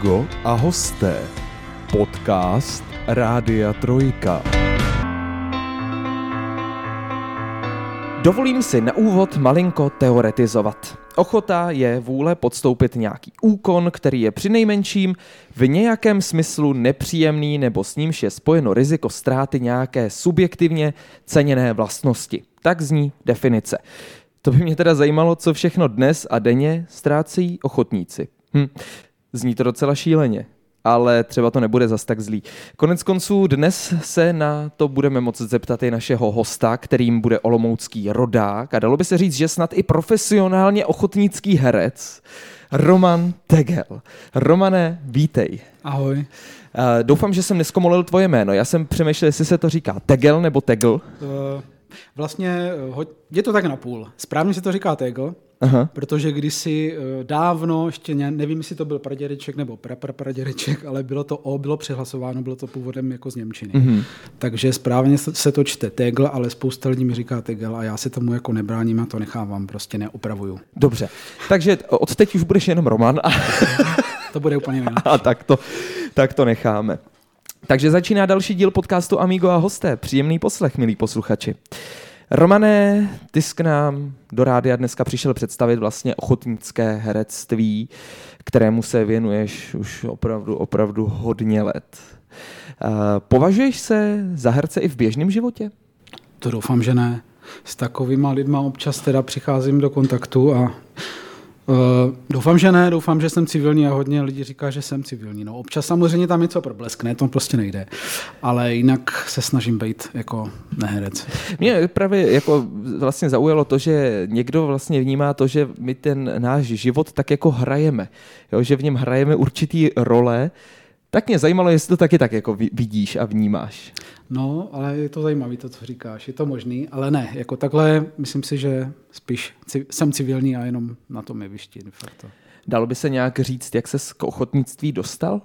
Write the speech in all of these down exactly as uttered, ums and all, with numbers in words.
Amigo a hosté. Podcast Rádia Trojka. Dovolím si na úvod malinko teoretizovat. Ochota je vůle podstoupit nějaký úkon, který je přinejmenším v nějakém smyslu nepříjemný nebo s nímž je spojeno riziko ztráty nějaké subjektivně ceněné vlastnosti. Tak zní definice. To by mě teda zajímalo, co všechno dnes a denně ztrácejí ochotníci. Hm. Zní to docela šíleně, ale třeba to nebude zas tak zlý. Konec konců dnes se na to budeme moci zeptat i našeho hosta, kterým bude olomoucký rodák a dalo by se říct, že snad i profesionálně ochotnický herec, Roman Tegel. Romane, vítej. Ahoj. Uh, doufám, že jsem neskomolil tvoje jméno. Já jsem přemýšlel, jestli se to říká Tegel nebo Tegl. Uh, vlastně je to tak napůl. Správně se to říká Tegl. Aha. Protože kdysi dávno, ještě nevím, jestli to byl pradědeček nebo praprapradědeček, ale bylo to O, bylo přehlasováno, bylo to původem jako z němčiny. Mm-hmm. Takže správně se to čte Tegl, ale spousta lidí mi říká Tegel a já se tomu jako nebráním a to nechávám, prostě neopravuju. Dobře, takže od teď už budeš jenom Roman. A to bude úplně jinak. A tak to, tak to necháme. Takže začíná další díl podcastu Amigo a hosté. Příjemný poslech, milí posluchači. Romane, ty jsi k nám do rádia dneska přišel představit vlastně ochotnické herectví, kterému se věnuješ už opravdu, opravdu hodně let. Považuješ se za herce i v běžném životě? To doufám, že ne. S takovýma lidma občas teda přicházím do kontaktu a Uh, doufám, že ne, doufám, že jsem civilní a hodně lidí říká, že jsem civilní. No, občas samozřejmě tam něco probleskne, to prostě nejde, ale jinak se snažím být jako neherec. Mě právě jako vlastně zaujalo to, že někdo vlastně vnímá to, že my ten náš život tak jako hrajeme, jo? Že v něm hrajeme určitý role. Tak mě zajímalo, jestli to taky tak jako vidíš a vnímáš. No, ale je to zajímavé to, co říkáš. Je to možný, ale ne. Jako takhle myslím si, že spíš jsem civilní a jenom na tom jevišti. Dalo by se nějak říct, jak ses k ochotnictví dostal?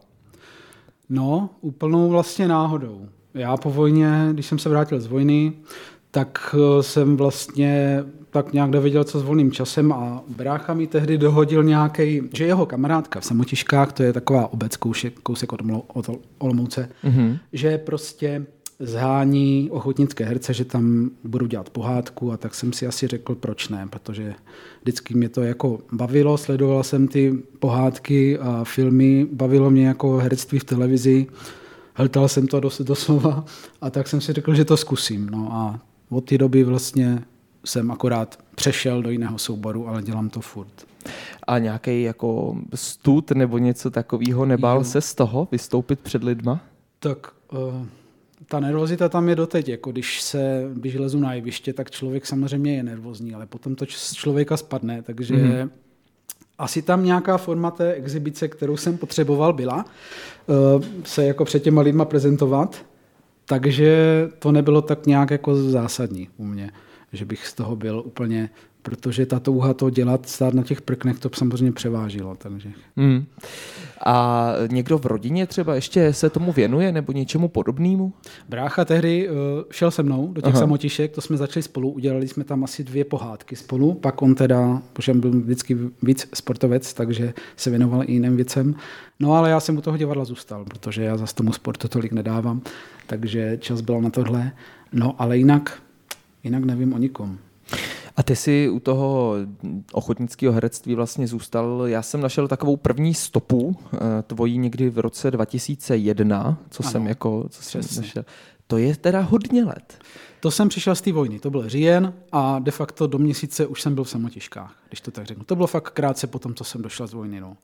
No, úplnou vlastně náhodou. Já po vojně, když jsem se vrátil z vojny, tak jsem vlastně tak nějak dověděl, co s volným časem a brácha mi tehdy dohodil nějaký, že jeho kamarádka v Samotiškách, to je taková obec kousek, kousek od, od Olomouce, mm-hmm. že prostě zhání ochotnické herce, že tam budu dělat pohádku a tak jsem si asi řekl, proč ne, protože vždycky mě to jako bavilo, sledoval jsem ty pohádky a filmy, bavilo mě jako herectví v televizi, hltal jsem to dos, doslova a tak jsem si řekl, že to zkusím. No a od té doby vlastně jsem akorát přešel do jiného souboru, ale dělám to furt. A nějaký jako stud nebo něco takového, nebál jo. se z toho vystoupit před lidma? Tak uh, ta nervozita tam je doteď. Jako když se když lezu na jeviště, tak člověk samozřejmě je nervózní, ale potom to z člověka spadne, takže mm-hmm. asi tam nějaká forma té exibice, kterou jsem potřeboval, byla uh, se jako před těma lidma prezentovat, takže to nebylo tak nějak jako zásadní u mě, že bych z toho byl úplně, protože ta touha to dělat, stát na těch prknech, to samozřejmě převážilo. Takže. Hmm. A někdo v rodině třeba ještě se tomu věnuje nebo něčemu podobnému? Brácha tehdy uh, šel se mnou do těch Aha. Samotišek, to jsme začali spolu, udělali jsme tam asi dvě pohádky spolu, pak on teda, protože byl vždycky víc sportovec, takže se věnoval i jiným věcem. No ale já jsem u toho divadla zůstal, protože já zase tomu sportu tolik nedávám, takže čas byl na tohle. No ale jinak, jinak nevím o nikom. A ty jsi u toho ochotnického herectví vlastně zůstal. Já jsem našel takovou první stopu tvojí někdy v roce dva tisíce jedna, co ano, jsem jako co jsem našel. To je teda hodně let. To jsem přišel z té vojny, to byl říjen a de facto do měsíce už jsem byl v Samotiškách, když to tak řeknu. To bylo fakt krátce potom, co jsem došel z vojny. No.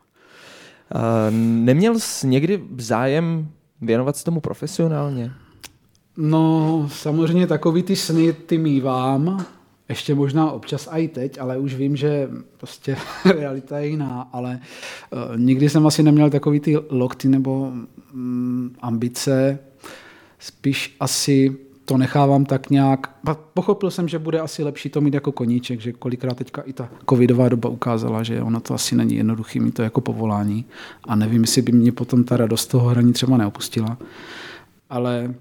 Neměl jsi někdy zájem věnovat se tomu profesionálně? No, samozřejmě takový ty sny ty mívám, ještě možná občas i teď, ale už vím, že prostě realita je jiná, ale uh, nikdy jsem asi neměl takový ty lokty nebo um, ambice, spíš asi to nechávám tak nějak, pochopil jsem, že bude asi lepší to mít jako koníček, že kolikrát teďka i ta covidová doba ukázala, že ono to asi není jednoduchý mít to jako povolání a nevím, jestli by mě potom ta radost toho hraní třeba neopustila, ale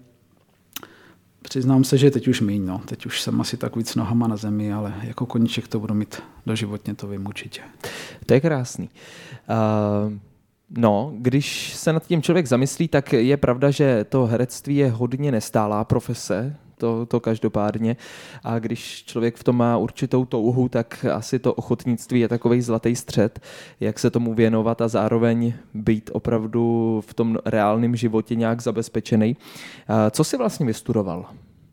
přiznám se, že teď už míň, no. Teď už jsem asi tak víc nohama na zemi, ale jako koníček to budu mít doživotně, to vím určitě. To je krásný. Uh, No, když se nad tím člověk zamyslí, tak je pravda, že to herectví je hodně nestálá profese, to, to každopádně. A když člověk v tom má určitou touhu, tak asi to ochotnictví je takovej zlatý střed, jak se tomu věnovat a zároveň být opravdu v tom reálném životě nějak zabezpečený. Co jsi vlastně vystudoval?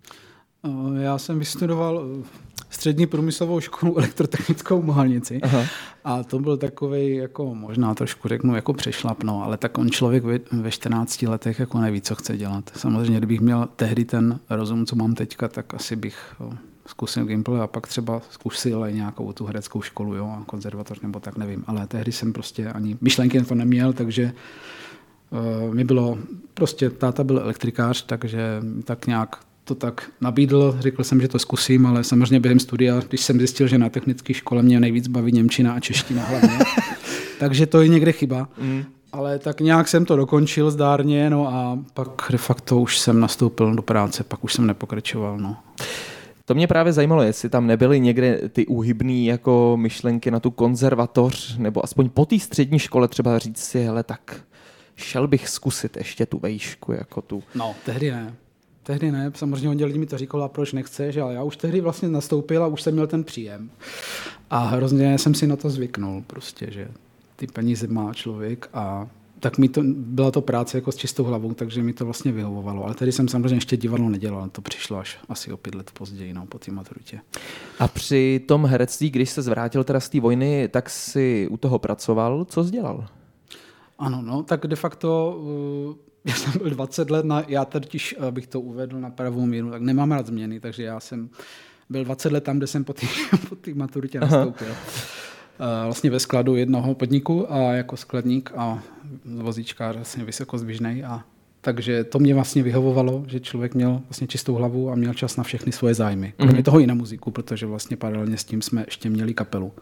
Já jsem vystudoval střední průmyslovou školu elektrotechnickou v Mohalnici. Aha. A to byl takovej, jako možná trošku řeknu, jako přešlap, no, ale tak on člověk ve, ve čtrnácti letech jako neví, co chce dělat. Samozřejmě, kdybych měl tehdy ten rozum, co mám teďka, tak asi bych jo, zkusil Gimpl a pak třeba zkusil i nějakou tu hereckou školu, jo, a konzervatoř nebo tak, nevím. Ale tehdy jsem prostě ani myšlenky na to neměl, takže uh, mi bylo, prostě táta byl elektrikář, takže tak nějak to tak nabídl, řekl jsem, že to zkusím, ale samozřejmě během studia, když jsem zjistil, že na technické škole mě nejvíc baví němčina a čeština hlavně, takže to je někde chyba. Mm. Ale tak nějak jsem to dokončil zdárně, no a pak de facto už jsem nastoupil do práce, pak už jsem nepokračoval, no. To mě právě zajímalo, jestli tam nebyly někde ty úhybný jako myšlenky na tu konzervatoř, nebo aspoň po té střední škole třeba říct si, hele, tak šel bych zkusit ještě tu vejšku, jako tu. No, tehdy ne. Tehdy ne, samozřejmě hodně lidí mi to říkalo, a proč nechceš, ale já už tehdy vlastně nastoupil a už jsem měl ten příjem. A hrozně jsem si na to zvyknul prostě, že ty peníze má člověk a tak mi to, byla to práce jako s čistou hlavou, takže mi to vlastně vyhovovalo. Ale tehdy jsem samozřejmě ještě divadlo nedělal, to přišlo až asi o pět let později, no, po té maturitě. A při tom herectví, když se zvrátil teda z té vojny, tak si u toho pracoval, co jsi dělal? Ano, no, tak de facto... Uh, Já jsem byl dvacet let, na, já totiž, abych to uvedl na pravou míru, tak nemám rád změny, takže já jsem byl dvacet let tam, kde jsem po té po maturitě nastoupil. Aha. Vlastně ve skladu jednoho podniku a jako skladník a vozíčkář vlastně vysokozběžnej. A takže to mě vlastně vyhovovalo, že člověk měl vlastně čistou hlavu a měl čas na všechny svoje zájmy. Kromě mm-hmm. toho i na muziku, protože vlastně paralelně s tím jsme ještě měli kapelu,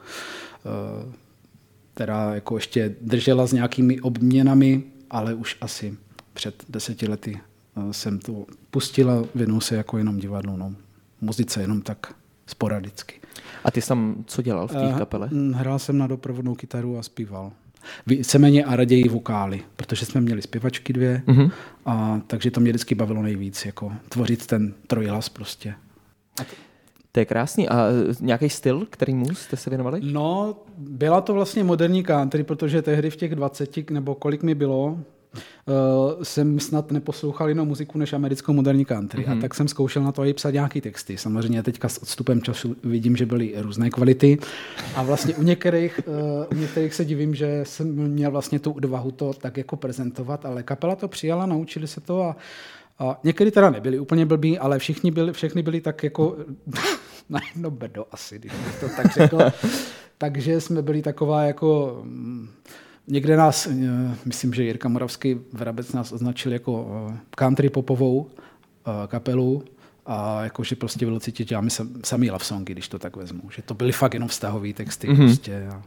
která jako ještě držela s nějakými obměnami, ale už asi před deseti lety jsem to pustil a věnuju se jako jenom divadlu, no. Muzice jenom tak sporadicky. A ty jsem co dělal v té kapele? Hrál jsem na doprovodnou kytaru a zpíval. Víceméně a raději vokály, protože jsme měli zpěvačky dvě, mm-hmm. a takže to mě vždycky bavilo nejvíc, jako tvořit ten trojhlas prostě. A to... to je krásný. A nějaký styl, kterýmu jste se věnovali? No, byla to vlastně moderní country, protože tehdy v těch dvaceti, nebo kolik mi bylo, Uh, jsem snad neposlouchal jinou muziku než americkou moderní country. Mm-hmm. A tak jsem zkoušel na to i psát nějaký texty. Samozřejmě teďka s odstupem času vidím, že byly různé kvality. A vlastně u některých, uh, u některých se divím, že jsem měl vlastně tu odvahu to tak jako prezentovat, ale kapela to přijala, naučili se to a, a některý teda nebyli úplně blbí, ale všichni byli, všechny byli tak jako na jedno bedo asi, když bych to tak řekl. Takže jsme byli taková jako... Někde nás, myslím, že Jirka Moravský Vrabec nás označil jako country popovou kapelu a jakože prostě bylo cítit, že máme samý love songy, když to tak vezmu. Že to byly fakt jenom vztahový texty. Mm-hmm. Prostě a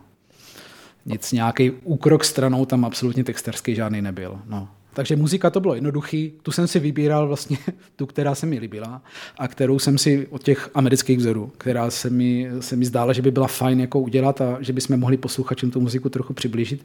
nic, nějaký úkrok stranou tam absolutně texterský žádný nebyl. No. Takže muzika to bylo jednoduchý. Tu jsem si vybíral vlastně tu, která se mi líbila a kterou jsem si od těch amerických vzorů, která se mi, se mi zdála, že by byla fajn jako udělat a že bychom mohli posluchačům tu muziku trochu přiblížit.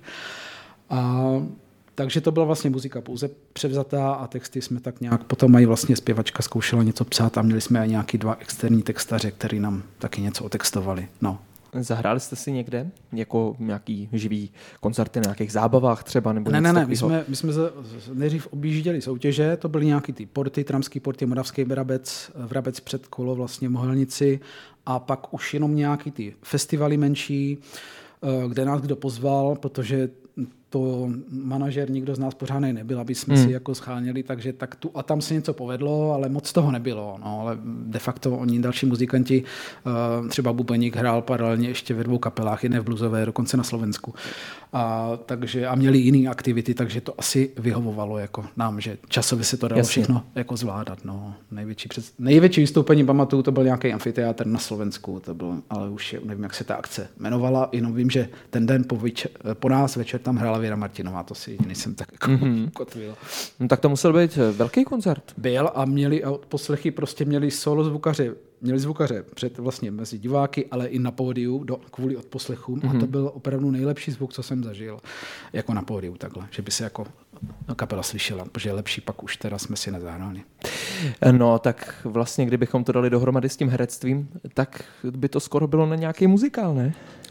A takže to byla vlastně muzika pouze převzatá a texty jsme tak nějak, potom mají vlastně zpěvačka zkoušela něco psát a měli jsme i nějaký dva externí textaře, který nám taky něco otextovali. No. Zahráli jste si někde? Jako nějaký živý koncerty na nějakých zábavách třeba? Nebo ne, ne, ne, my jsme, my jsme nejdřív objížděli soutěže, to byly nějaký ty porty, tramský porty, Moravský Vrabec, Vrabec před kolo vlastně Mohelnici a pak už jenom nějaký ty festivaly menší, kde nás kdo pozval, protože to manažer nikdo z nás pořádnej nebyl, aby jsme hmm. si jako scháněli, takže tak tu a tam se něco povedlo, ale moc toho nebylo. No, ale de facto oni další muzikanti, třeba Bubeník hrál paralelně ještě ve dvou kapelách, jedné v bluesové, dokonce na Slovensku. A, takže, a měli jiné aktivity, takže to asi vyhovovalo jako nám, že časově se to dalo Jasně. všechno jako zvládat. No. Největší, před, největší vystoupení pamatuju, to byl nějaký amfiteátr na Slovensku, to bylo, ale už nevím, jak se ta akce jmenovala, jenom vím, že ten den po, večer, po nás večer tam hrála Věra Martinová, to si jediný jsem tak jako mm-hmm. kotvil. No tak to musel být velký koncert. Byl a měli a poslechy prostě měli solo zvukaře, měli zvukaře před vlastně mezi diváky, ale i na pódiu do, kvůli odposlechům mm-hmm. a to byl opravdu nejlepší zvuk, co jsem zažil, jako na pódiu takhle, že by se jako kapela slyšela, protože lepší pak už teda jsme si nezahráli. No tak vlastně, kdybychom to dali dohromady s tím herectvím, tak by to skoro bylo na nějaký muzikál, ne?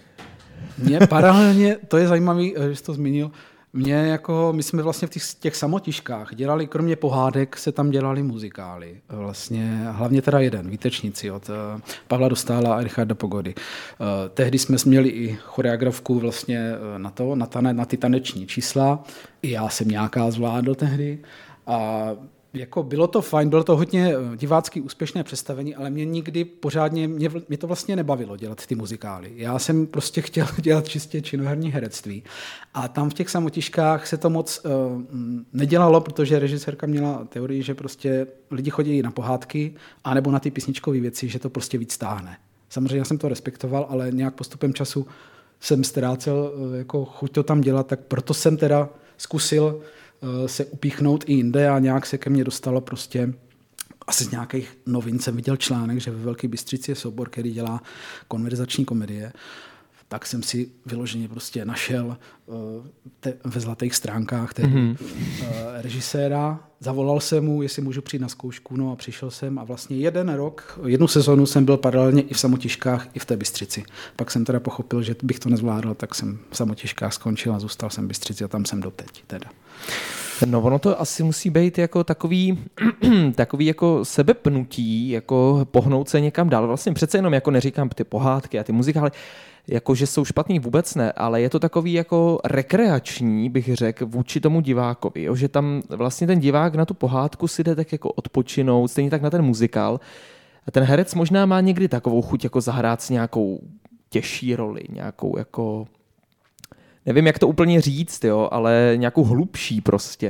Mě paralelně, to je zajímavý, že jsi to zmínil, mě jako, my jsme vlastně v těch, těch samotiškách dělali, kromě pohádek se tam dělali muzikály. Vlastně, hlavně teda jeden, Výtečníci od uh, Pavla Dostála a Richarda Pogody. Uh, tehdy jsme měli i choreografku vlastně na to, na, tane, na ty taneční čísla. I já jsem nějaká zvládl tehdy. A jako bylo to fajn, bylo to hodně divácky úspěšné představení, ale mě nikdy pořádně, mě, mě to vlastně nebavilo dělat ty muzikály. Já jsem prostě chtěl dělat čistě činoherní herectví. A tam v těch samotiškách se to moc uh, nedělalo, protože režisérka měla teorii, že prostě lidi chodí na pohádky anebo na ty písničkové věci, že to prostě víc táhne. Samozřejmě já jsem to respektoval, ale nějak postupem času jsem ztrácel uh, jako chuť to tam dělat, tak proto jsem teda zkusil se upíchnout i jinde a nějak se ke mně dostalo prostě asi z nějakých novin jsem viděl článek, že ve Velké Bystrici je soubor, který dělá konverzační komedie. Tak jsem si vyloženě prostě našel te, ve Zlatých stránkách tedy, mm-hmm. režiséra. Zavolal jsem mu, jestli můžu přijít na zkoušku, no a přišel jsem a vlastně jeden rok, jednu sezonu jsem byl paralelně i v Samotiškách, i v té Bystřici. Pak jsem teda pochopil, že bych to nezvládl, tak jsem v Samotiškách skončil a zůstal jsem v Bystřici a tam jsem doteď teda. No ono to asi musí být jako takový, takový jako sebepnutí, jako pohnout se někam dál. Vlastně přece jenom jako neříkám ty pohádky a ty muzikály, jako že jsou špatný, vůbec ne, ale je to takový jako rekreační, bych řekl, vůči tomu divákovi, jo? Že tam vlastně ten divák na tu pohádku si jde tak jako odpočinout, stejně tak na ten muzikál. A ten herec možná má někdy takovou chuť jako zahrát s nějakou těžší roli, nějakou jako, nevím, jak to úplně říct, jo, ale nějakou hlubší prostě.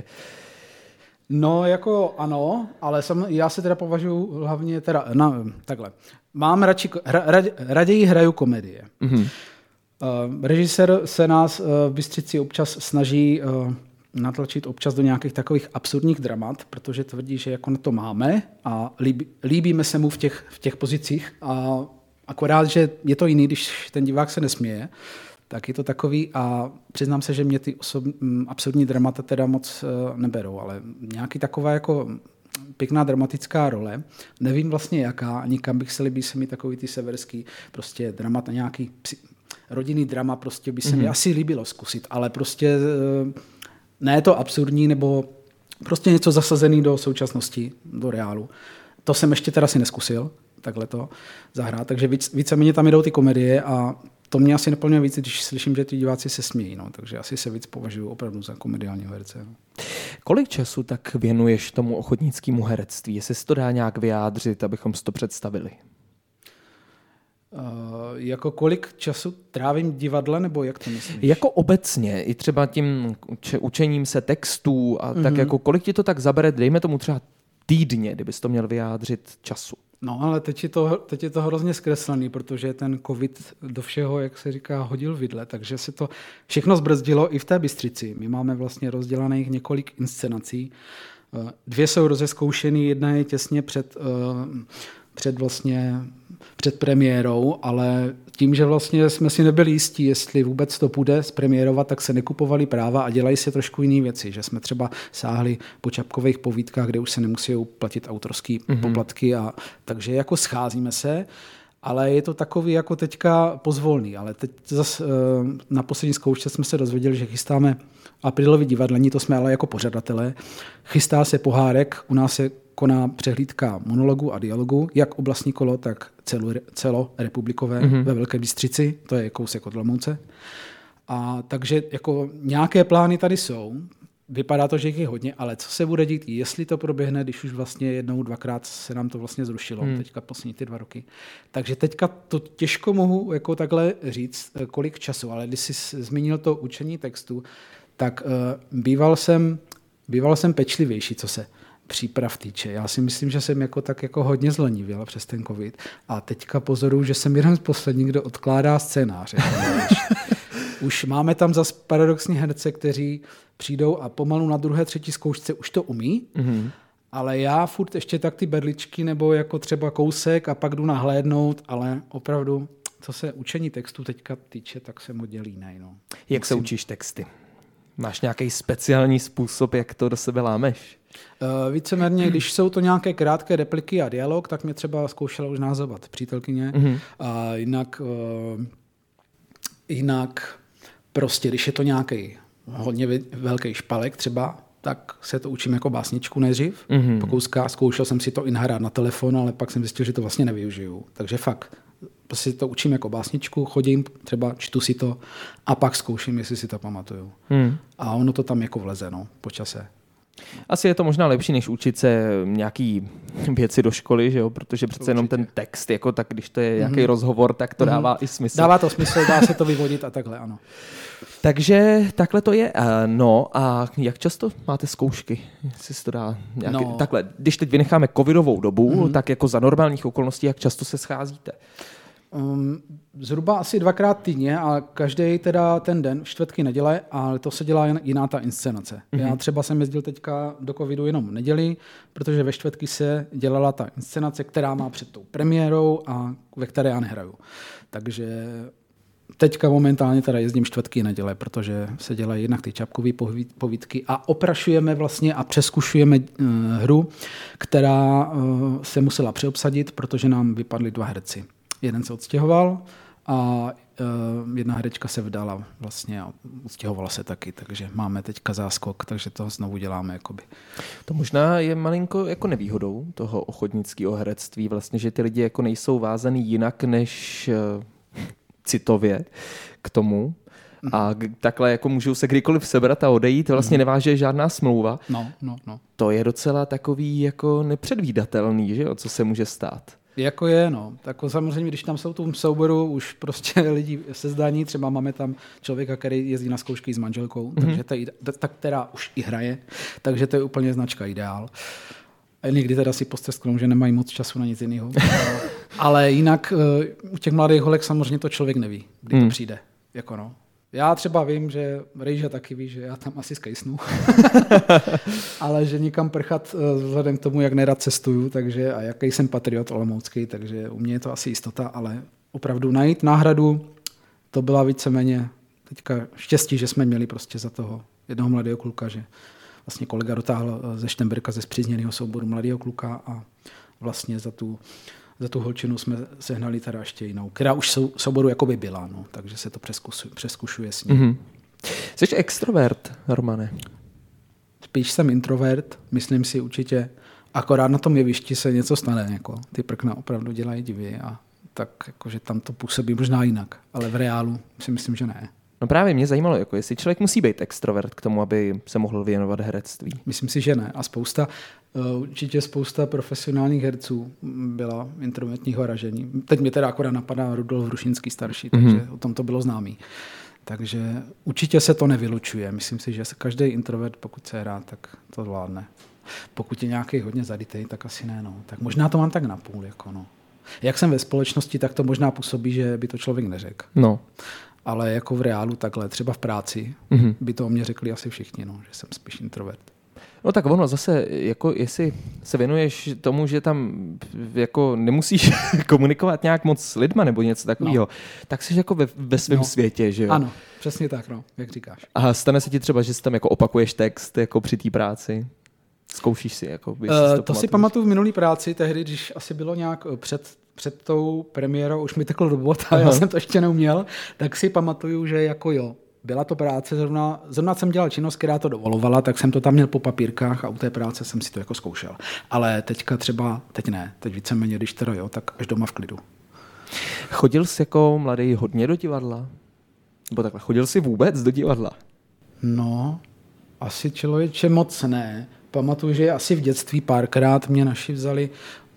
No, jako ano, ale sam, já se teda považuji hlavně teda, na, takhle. Mám radši, hra, rad, raději hraju komedie. Mm-hmm. Uh, režisér se nás uh, v Bystřici občas snaží uh, natlačit občas do nějakých takových absurdních dramat, protože tvrdí, že jako na to máme a líbí, líbíme se mu v těch, v těch pozicích a akorát, že je to jiný, když ten divák se nesměje, tak je to takový a přiznám se, že mě ty osob, absurdní dramata teda moc uh, neberou, ale nějaký taková jako pěkná dramatická role, nevím vlastně jaká, ani kam bych se líbí se mi takový ty severský prostě dramat, nějaký psi, rodinný drama prostě by se mm-hmm. mi asi líbilo zkusit, ale prostě uh, ne to absurdní nebo prostě něco zasazený do současnosti, do reálu. To jsem ještě teda si neskusil, takhle to zahrát, takže víc, víceméně tam jdou ty komedie a to mě asi naplňuje víc, když slyším, že ty diváci se smějí, no, takže asi se víc považuji opravdu za komediálního herce. No. Kolik času tak věnuješ tomu ochotnickému herectví? Jestli se to dá nějak vyjádřit, abychom si to představili? Uh, jako kolik času trávím divadle, nebo jak to myslíš? Jako obecně, i třeba tím učením se textů a mm-hmm. tak jako kolik ti to tak zabere, dejme tomu třeba týdně, kdybys to měl vyjádřit času? No, ale teď je, to, teď je to hrozně zkreslený, protože ten covid do všeho, jak se říká, hodil vidle, takže se to všechno zbrzdilo i v té Bystřici. My máme vlastně rozdělaných několik inscenací. Dvě jsou rozezkoušený, jedna je těsně před, před, vlastně, před premiérou, ale tím, že vlastně jsme si nebyli jistí, jestli vůbec to půjde zpremiérovat, tak se nekupovali práva a dělají se trošku jiné věci, že jsme třeba sáhli po Čapkových povídkách, kde už se nemusí platit autorský mm-hmm. poplatky, a takže jako scházíme se, ale je to takový jako teďka pozvolný, ale teď zase na poslední zkoušce jsme se dozvěděli, že chystáme aprílový divadlení, to jsme ale jako pořadatelé, chystá se pohárek, u nás se koná přehlídka monologu a dialogu, jak oblastní kolo, tak celo, celorepublikové mm-hmm. ve Velké Bystřici, to je kousek od Olomouce. A takže jako nějaké plány tady jsou, vypadá to, že jich je hodně, ale co se bude dít, jestli to proběhne, když už vlastně jednou, dvakrát se nám to vlastně zrušilo, hmm. teďka poslední ty dva roky. Takže teďka to těžko mohu jako takhle říct, kolik času, ale když jsi zmínil to učení textu, tak uh, býval jsem, býval jsem pečlivější, co se příprav týče. Já si myslím, že jsem jako tak jako hodně zlenivěl přes ten covid a teďka pozoruju, že jsem jeden z posledních, kdo odkládá scénáře. Už máme tam zas paradoxní herce, kteří přijdou a pomalu na druhé, třetí zkoušce už to umí, mm-hmm. ale já furt ještě tak ty berličky nebo jako třeba kousek a pak jdu nahlédnout, ale opravdu, co se učení textu teďka týče, tak se moc dělí, ne, no. Jak Musím... se učíš texty? Máš nějaký speciální způsob, jak to do sebe lámeš? Uh, víceméně, když jsou to nějaké krátké repliky a dialog, tak mě třeba zkoušela už názovat přítelkyně. Mm-hmm. A jinak, uh, jinak prostě, když je to nějaký hodně velký špalek třeba, tak se to učím jako básničku nejdřív. Mm-hmm. Po kouskách zkoušel jsem si to i nahrát na telefon, ale pak jsem zjistil, že to vlastně nevyužiju. Takže fakt, prostě to učím jako básničku, chodím, třeba čtu si to a pak zkouším, jestli si to pamatuju. Mm. A ono to tam jako vleze, no, po čase. Asi je to možná lepší, než učit se nějaký věci do školy, že jo? Protože přece jenom ten text, jako tak, když to je nějaký mm-hmm. rozhovor, tak to mm-hmm. dává i smysl. Dává to smysl, dá se to vyvodit a takhle, ano. Takže takhle to je. No a jak často máte zkoušky? Jestli se to dá nějaký... no. Takhle, když teď vynecháme covidovou dobu, mm-hmm. tak jako za normálních okolností, jak často se scházíte? Um, zhruba asi dvakrát týdně a každý teda ten den, čtvrtky, neděle, ale to se dělá jiná ta inscenace. Mm-hmm. Já třeba jsem jezdil teďka do covidu jenom v neděli, protože ve čtvrtky se dělala ta inscenace, která má před tou premiérou a ve které já nehraju. Takže teďka momentálně teda jezdím čtvrtky neděle, protože se dělají jednak ty čapkové povídky a oprašujeme vlastně a přeskušujeme uh, hru, která uh, se musela přeobsadit, protože nám vypadly dva herci. Jeden se odstěhoval a uh, jedna herečka se vdala vlastně a odstěhovala se taky, takže máme teďka záskok, takže to znovu děláme. Jakoby. To možná je malinko jako nevýhodou toho ochotnického herectví, vlastně, že ty lidi jako nejsou vázaný jinak než uh, citově k tomu. A takhle jako můžou se kdykoliv sebrat a odejít, vlastně neváže žádná smlouva. No, no, no. To je docela takový jako nepředvídatelný, že jo, co se může stát. Jako je, no. Tak samozřejmě, když tam jsou v tom souboru už prostě lidi se zdání, třeba máme tam člověka, který jezdí na zkoušky s manželkou, mm-hmm. takže ta, ta, která už i hraje, takže to je úplně značka ideál. A někdy teda si postesknou, že nemají moc času na nic jiného. Ale jinak u těch mladých holek samozřejmě to člověk neví, kdy mm. to přijde. Jako no. Já třeba vím, že Rejža taky ví, že já tam asi skejsnu. Ale že nikam prchat vzhledem k tomu, jak nerad cestuju, takže a jaký jsem patriot olomoucký, takže u mě je to asi jistota, ale opravdu najít náhradu, to byla víceméně teďka štěstí, že jsme měli prostě za toho jednoho mladého kluka, že vlastně kolega dotáhl ze Štemberka ze spřízněného souboru mladého kluka a vlastně za tu Za tu holčinu jsme sehnali teda ještě jinou, která už sou, souboru jakoby byla, no, takže se to přeskušuje s ní. Mm-hmm. Jsi extrovert, Romane? Spíš jsem introvert, myslím si určitě, akorát na tom jevišti se něco stane, jako, ty prkna opravdu dělají divy a tak, jakože tam to působí možná jinak, ale v reálu si myslím, že ne. No právě mě zajímalo, jako jestli člověk musí být extrovert k tomu, aby se mohl věnovat herectví. Myslím si, že ne. A spousta, určitě spousta profesionálních herců byla introvertního ražení. Teď mě teda akorát napadá Rudolf Hrušinský starší, takže mm-hmm. o tom to bylo známý. Takže určitě se to nevylučuje. Myslím si, že každý introvert, pokud se hrá, tak to zvládne. Pokud je nějaký hodně zaditej, tak asi ne. No. Tak možná to mám tak napůl. Jako no. Jak jsem ve společnosti, tak to možná působí, že by to člověk neřekl. No. Ale jako v reálu takhle, třeba v práci, mm-hmm. by to o mě řekli asi všichni, no, že jsem spíš introvert. No tak ono zase, jako jestli se věnuješ tomu, že tam jako nemusíš komunikovat nějak moc s lidma nebo něco takového, no. tak jsi jako ve, ve svém no. světě, že jo? Ano, přesně tak, no, jak říkáš. A stane se ti třeba, že si tam jako opakuješ text jako při té práci? Zkoušíš si? Jako, uh, to, to si pamatuju v minulý práci, tehdy, když asi bylo nějak před před tou premiérou, už mi teklo do bota, a já jsem to ještě neuměl, tak si pamatuju, že jako jo, byla to práce, zrovna, zrovna jsem dělal činnost, která to dovolovala, tak jsem to tam měl po papírkách a u té práce jsem si to jako zkoušel. Ale teďka třeba, teď ne, teď víceméně, když teda jo, tak až doma v klidu. Chodil jsi jako mladý hodně do divadla? Nebo takhle, chodil jsi vůbec do divadla? No, asi člověče moc ne. Pamatuju, že asi v dětství párkrát mě naši vzali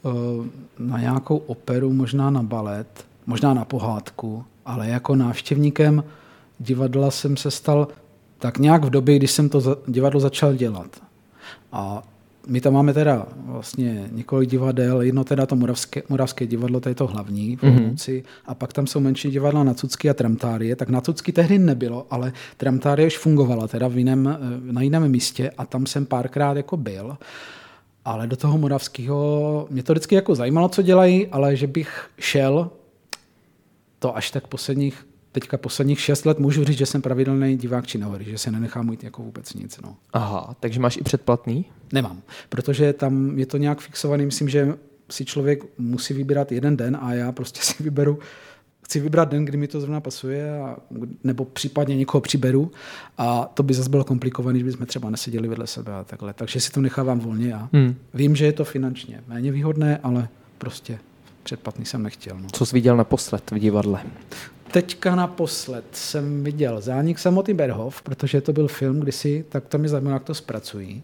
na nějakou operu, možná na balet, možná na pohádku, ale jako návštěvníkem divadla jsem se stal tak nějak v době, když jsem to divadlo začal dělat. A my tam máme teda vlastně několik divadel, jedno teda to Moravské, Moravské divadlo, to je to hlavní v Olomouci, mm-hmm. a pak tam jsou menší divadla na Cucky a Tramtárie, tak na Cucky tehdy nebylo, ale Tramtárie už fungovala teda v jiném, na jiném místě a tam jsem párkrát jako byl, ale do toho Moravského mě to vždycky jako zajímalo, co dělají, ale že bych šel, to až tak posledních teďka posledních šest let můžu říct, že jsem pravidelný divák Činohory, že se nenechám ujít jako vůbec nic. No. Aha, takže máš i předplatný? Nemám, protože tam je to nějak fixovaný. Myslím, že si člověk musí vybírat jeden den a já prostě si vyberu, chci vybrat den, kdy mi to zrovna pasuje, a, nebo případně někoho přiberu a to by zase bylo komplikované, když bychom třeba neseděli vedle sebe a takhle. Takže si to nechávám volně a hmm. vím, že je to finančně méně výhodné, ale prostě předplatný jsem nechtěl. No. Co jsi viděl naposled v divadle? Teďka naposled jsem viděl Zánik samoty Berhof, protože to byl film kdysi, tak to mě zajímalo, jak to zpracují.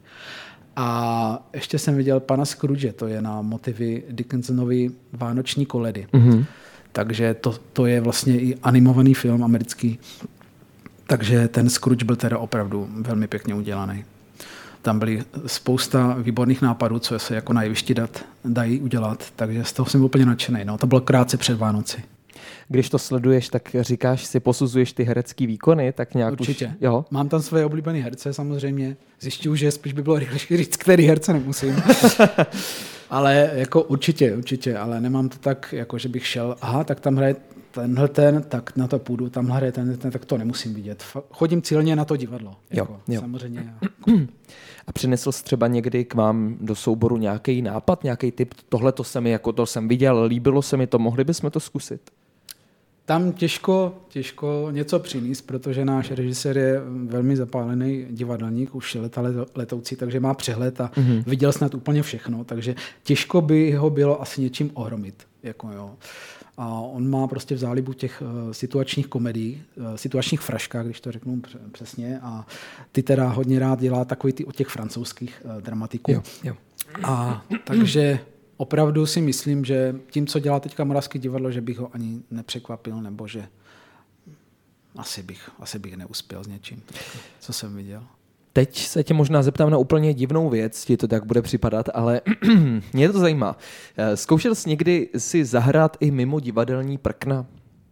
A ještě jsem viděl Pana Scrooge, to je na motivy Dickensonovy Vánoční koledy. Mm-hmm. Takže to, to je vlastně i animovaný film americký. Takže ten Scrooge byl teda opravdu velmi pěkně udělaný. Tam byly spousta výborných nápadů, co se jako na jevišti dat, dají udělat, takže z toho jsem byl úplně nadšený. No, to bylo krátce před Vánoci. Když to sleduješ, tak říkáš si, posuzuješ ty herecký výkony, tak nějak určitě. Už, jo? Mám tam své oblíbené herce samozřejmě. Zjišťuju, že spíš by bylo rychlejší říct, který herce nemusím. Ale jako určitě, určitě, ale nemám to tak, jako že bych šel, aha, tak tam hraje tenhle ten, tak na to půjdu, tam hraje ten, ten, tak to nemusím vidět. Chodím cíleně na to divadlo. Jako, jo, jo. Samozřejmě. A přinesl jsi třeba někdy k vám do souboru nějaký nápad, nějaký tip, tohle to se mi, jako to jsem viděl, líbilo se mi to, mohli bychom to zkusit? Tam těžko, těžko něco přinést, protože náš režisér je velmi zapálený divadelník, už leta letoucí, takže má přehled a mm-hmm. viděl snad úplně všechno, takže těžko by ho bylo asi něčím ohromit. Jako jo. A on má prostě v zálibu těch uh, situačních komedií, uh, situačních fraškách, když to řeknu přesně, a ty teda hodně rád dělá takový ty od těch francouzských uh, dramatiků. Jo, jo. A takže opravdu si myslím, že tím, co dělá teďka Moravské divadlo, že bych ho ani nepřekvapil, nebo že asi bych, asi bych neuspěl s něčím, co jsem viděl. Teď se tě možná zeptám na úplně divnou věc, ti to tak bude připadat, ale mě to zajímá. Zkoušel jsi někdy si zahrát i mimo divadelní prkna?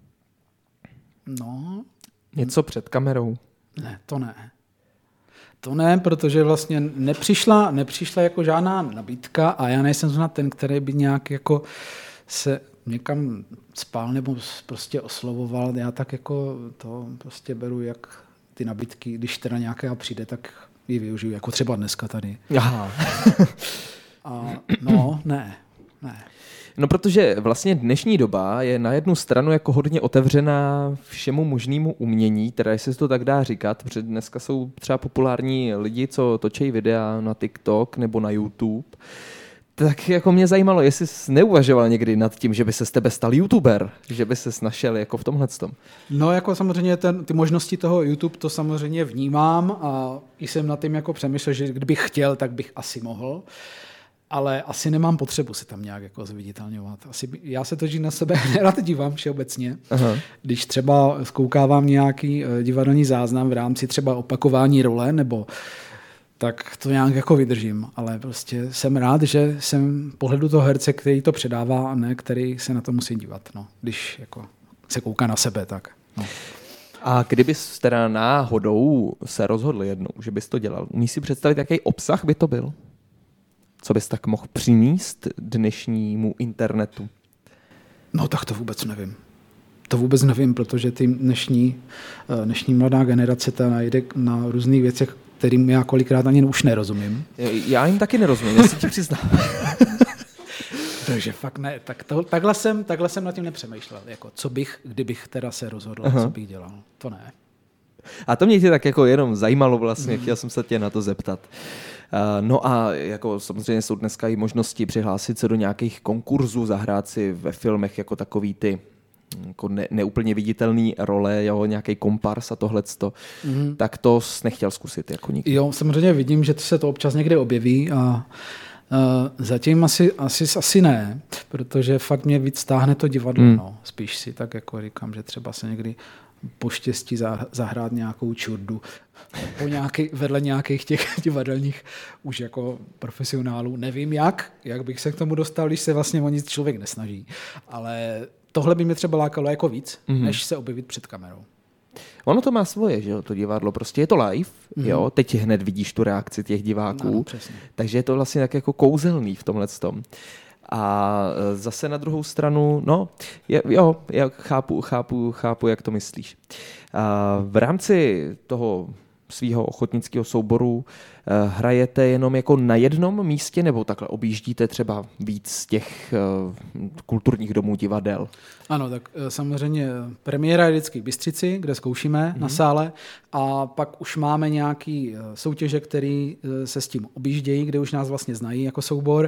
No. Něco před kamerou? Ne, to ne. To ne, protože vlastně nepřišla, nepřišla jako žádná nabídka a já nejsem zrovna ten, který by nějak jako se někam spál nebo prostě oslovoval. Já tak jako to prostě beru, jak ty nabídky, když teda nějaká přijde, tak ji využiju, jako třeba dneska tady. Aha. A no, ne, ne. No, protože vlastně dnešní doba je na jednu stranu jako hodně otevřená všemu možnému umění, teda jestli se to tak dá říkat, protože dneska jsou třeba populární lidi, co točí videa na TikTok nebo na YouTube. Tak jako mě zajímalo, jestli jsi neuvažoval někdy nad tím, že by se z tebe stal YouTuber, že by se snašel jako v tomhletom. No jako samozřejmě ten, ty možnosti toho YouTube to samozřejmě vnímám a i jsem nad tím jako přemýšlel, že kdybych chtěl, tak bych asi mohl. Ale asi nemám potřebu se tam nějak jako zviditelňovat. Asi by, já se totiž na sebe nerad dívám všeobecně. Aha. Když třeba zkoukávám nějaký divadelní záznam v rámci třeba opakování role, nebo tak to nějak jako vydržím. Ale prostě jsem rád, že jsem pohledu toho herce, který to předává a ne, který se na to musí dívat. No, když jako se kouká na sebe, tak. No. A kdybys teda náhodou se rozhodl jednou, že bys to dělal, umíš si představit, jaký obsah by to byl? Co bys tak mohl přinést dnešnímu internetu? No tak to vůbec nevím. To vůbec nevím, protože ty dnešní, dnešní mladá generace ta najde na různých věcech, kterým já kolikrát ani už nerozumím. Já jim taky nerozumím, já si ti přiznám. Takže fakt ne. Tak to, takhle, jsem, takhle jsem nad tím nepřemýšlel. Jako, co bych, kdybych teda se rozhodl, Aha. co bych dělal. To ne. A to mě tě tak jako jenom zajímalo vlastně, chtěl jsem se tě na to zeptat. No a jako samozřejmě jsou dneska i možnosti přihlásit se do nějakých konkurzů, zahrát si ve filmech jako takový ty jako ne, neúplně viditelný role, jo, nějaký kompars a tohleto. Mm-hmm. Tak to jsi nechtěl zkusit jako nikdy. Jo, samozřejmě vidím, že se to občas někde objeví a Uh, zatím asi, asi, asi ne, protože fakt mě víc stáhne to divadlo. Hmm. No. Spíš si tak jako říkám, že třeba se někdy poštěstí zahrát nějakou čurdu po nějaký, vedle nějakých těch divadelních už jako profesionálů. Nevím jak, jak bych se k tomu dostal, když se vlastně o nic člověk nesnaží. Ale tohle by mě třeba lákalo jako víc, mm-hmm. než se objevit před kamerou. Ono to má svoje, že jo, to divadlo, prostě je to live, mm-hmm. jo, teď hned vidíš tu reakci těch diváků, ano, takže je to vlastně tak jako kouzelný v tomhletom. A zase na druhou stranu, no, je, jo, já chápu, chápu, chápu, jak to myslíš. A v rámci toho svého ochotnického souboru hrajete jenom jako na jednom místě, nebo takhle objíždíte třeba víc z těch uh, kulturních domů, divadel? Ano, tak samozřejmě premiéra je vždycky v Bystřici, kde zkoušíme mm-hmm. na sále, a pak už máme nějaký soutěže, které se s tím objíždějí, kde už nás vlastně znají jako soubor.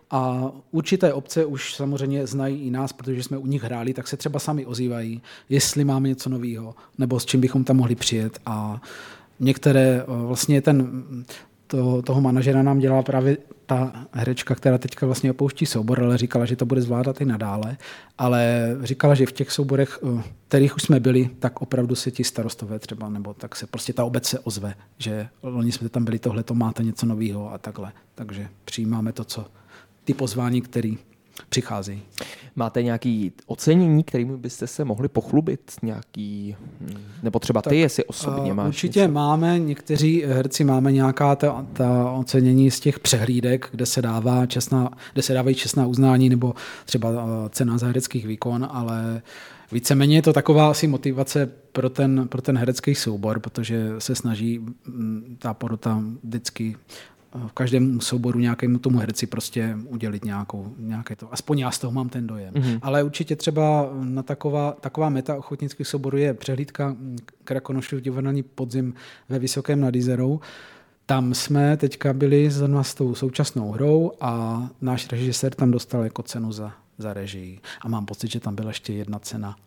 A určité obce už samozřejmě znají i nás, protože jsme u nich hráli, tak se třeba sami ozývají, jestli máme něco nového, nebo s čím bychom tam mohli přijet. A některé, vlastně ten, to, toho manažera nám dělala právě ta herečka, která teďka vlastně opouští soubor, ale říkala, že to bude zvládat i nadále. Ale říkala, že v těch souborech, kterých už jsme byli, tak opravdu se ti starostové třeba, nebo tak se prostě ta obec se ozve, že oni jsme tam byli, tohle to máte něco nového a takhle. Takže přijímáme to, co ty pozvání, které přicházejí. Máte nějaké ocenění, kterými byste se mohli pochlubit? Nějaký, nebo třeba ty, tak, jestli osobně máš určitě něco? Máme, někteří herci máme nějaká ta, ta ocenění z těch přehlídek, kde se dává čestná, kde se dávají čestná uznání nebo třeba cena za hereckých výkon, ale víceméně je to taková asi motivace pro ten, pro ten herecký soubor, protože se snaží ta porota vždycky v každém souboru nějakému tomu herci prostě udělit nějakou, nějaké to. Aspoň já z toho mám ten dojem. Mm-hmm. Ale určitě třeba na taková, taková meta ochotnických souborů je přehlídka Krakonošův divadelní podzim ve Vysokém nad Jizerou. Tam jsme teďka byli zrovna s tou současnou hrou a náš režisér tam dostal jako cenu za, za režii. A mám pocit, že tam byla ještě jedna cena.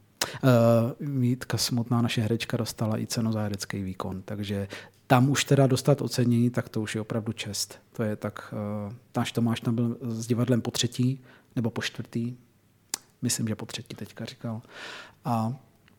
Uh, Mítka Smutná, naše herečka, dostala i cenu za herecký výkon, takže tam už teda dostat ocenění, tak to už je opravdu čest. To je tak, uh, náš Tomáš tam byl s divadlem po třetí, nebo po čtvrtý, myslím, že po třetí teďka říkal. A,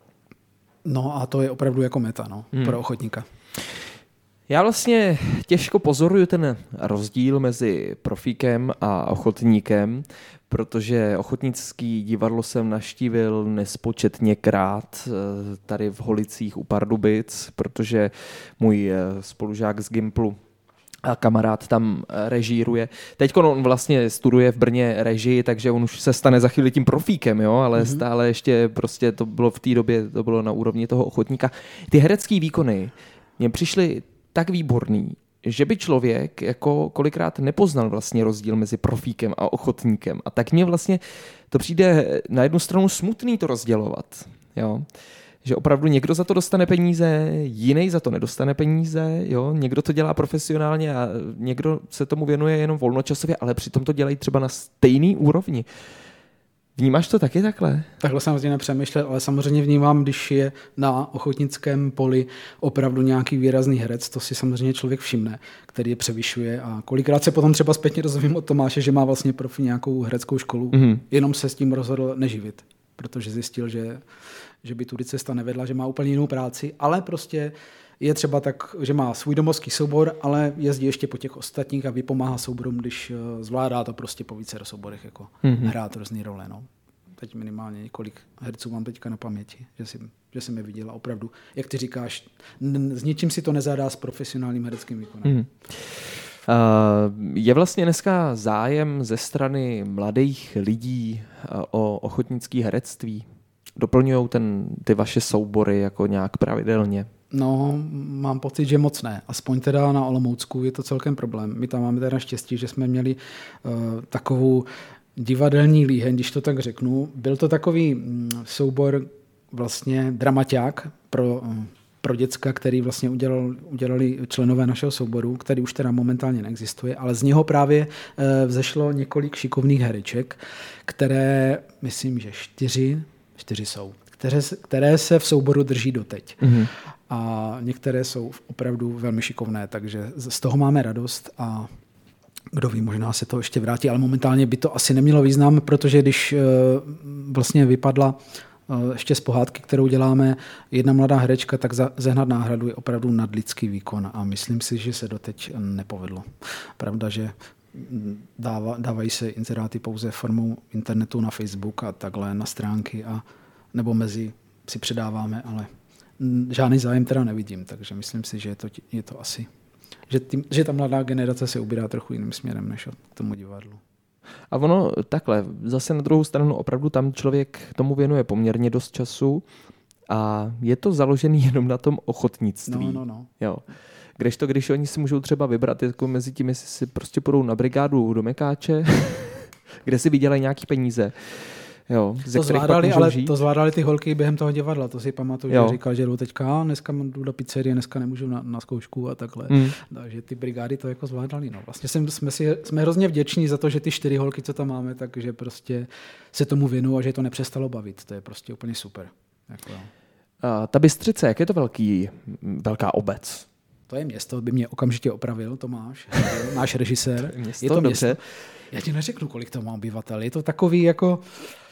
no a to je opravdu jako meta, no, hmm. pro ochotníka. Já vlastně těžko pozoruju ten rozdíl mezi profíkem a ochotníkem, protože ochotnický divadlo jsem navštívil nespočetněkrát tady v Holicích u Pardubic, protože můj spolužák z Gimplu a kamarád tam režíruje. Teď on vlastně studuje v Brně režii, takže on už se stane za chvíli tím profíkem, jo, ale mm-hmm. stále ještě prostě to bylo v té době, to bylo na úrovni toho ochotníka. Ty herecký výkony mě přišly tak výborný, že by člověk jako kolikrát nepoznal vlastně rozdíl mezi profíkem a ochotníkem. A tak mně vlastně to přijde na jednu stranu smutný to rozdělovat. Jo? Že opravdu někdo za to dostane peníze, jiný za to nedostane peníze, jo? Někdo to dělá profesionálně a někdo se tomu věnuje jenom volnočasově, ale přitom to dělají třeba na stejný úrovni. Vnímáš to taky takhle? Takhle samozřejmě nepřemýšlel, ale samozřejmě vnímám, když je na ochotnickém poli opravdu nějaký výrazný herec, to si samozřejmě člověk všimne, který je převyšuje a kolikrát se potom třeba zpětně dozvím od Tomáše, že má vlastně profi nějakou hereckou školu, mm-hmm. jenom se s tím rozhodl neživit, protože zjistil, že, že by tudy cesta nevedla, že má úplně jinou práci, ale prostě je třeba tak, že má svůj domovský soubor, ale jezdí ještě po těch ostatních a vypomáhá souborům, když zvládá to prostě po více souborech jako mm-hmm. hrát různý role. No. Teď minimálně několik herců mám teďka na paměti, že, si, že jsem je viděla opravdu. Jak ty říkáš, n- s ničím si to nezadá s profesionálním hereckým výkonem. Mm. Uh, je vlastně dneska zájem ze strany mladých lidí uh, o ochotnické herectví? Doplňujou ten, ty vaše soubory jako nějak pravidelně? No, mám pocit, že moc ne. Aspoň teda na Olomoucku je to celkem problém. My tam máme teda štěstí, že jsme měli uh, takovou divadelní líheň, když to tak řeknu. Byl to takový mm, soubor vlastně dramaťák pro, uh, pro děcka, který vlastně udělal, udělali členové našeho souboru, který už teda momentálně neexistuje, ale z něho právě uh, vzešlo několik šikovných hereček, které, myslím, že čtyři, čtyři jsou, které, které se v souboru drží doteď. Mm-hmm. A některé jsou opravdu velmi šikovné, takže z toho máme radost a kdo ví, možná se to ještě vrátí, ale momentálně by to asi nemělo význam, protože když vlastně vypadla ještě z pohádky, kterou děláme, jedna mladá herečka, tak za, zehnat náhradu je opravdu nadlidský výkon a myslím si, že se doteď nepovedlo. Pravda, že dává, dávají se inzeráty pouze formou internetu na Facebook a takhle na stránky a nebo mezi si předáváme, ale žádný zájem teda nevidím, takže myslím si, že je to, je to asi, že, tím, že ta mladá generace se ubírá trochu jiným směrem než k tomu divadlu. A ono takhle, zase na druhou stranu opravdu tam člověk tomu věnuje poměrně dost času a je to založený jenom na tom ochotnictví. No, no, no. Jo. Kdežto, když oni si můžou třeba vybrat jako mezi tím, jestli si prostě půjdou na brigádu do Mekáče, kde si vydělají nějaký peníze. Jo, to zvládali, ale žít. To zvládali ty holky během toho divadla. To si pamatuju, že říkal, že jdu teďka, dneska jdu do pizzerie, dneska nemůžu na, na zkoušku a takhle. Mm. Takže ty brigády to jako zvládali. No. Vlastně jsme, si, jsme hrozně vděční za to, že ty čtyři holky, co tam máme, takže prostě se tomu věnují a že to nepřestalo bavit. To je prostě úplně super. Jako, a ta Bystřice, jak je to velký, velká obec? To je město, by mě okamžitě opravil Tomáš, náš režisér. Město, je to dobře. Město. Já ti neřeknu, kolik to má obyvatel. Je to takový jako...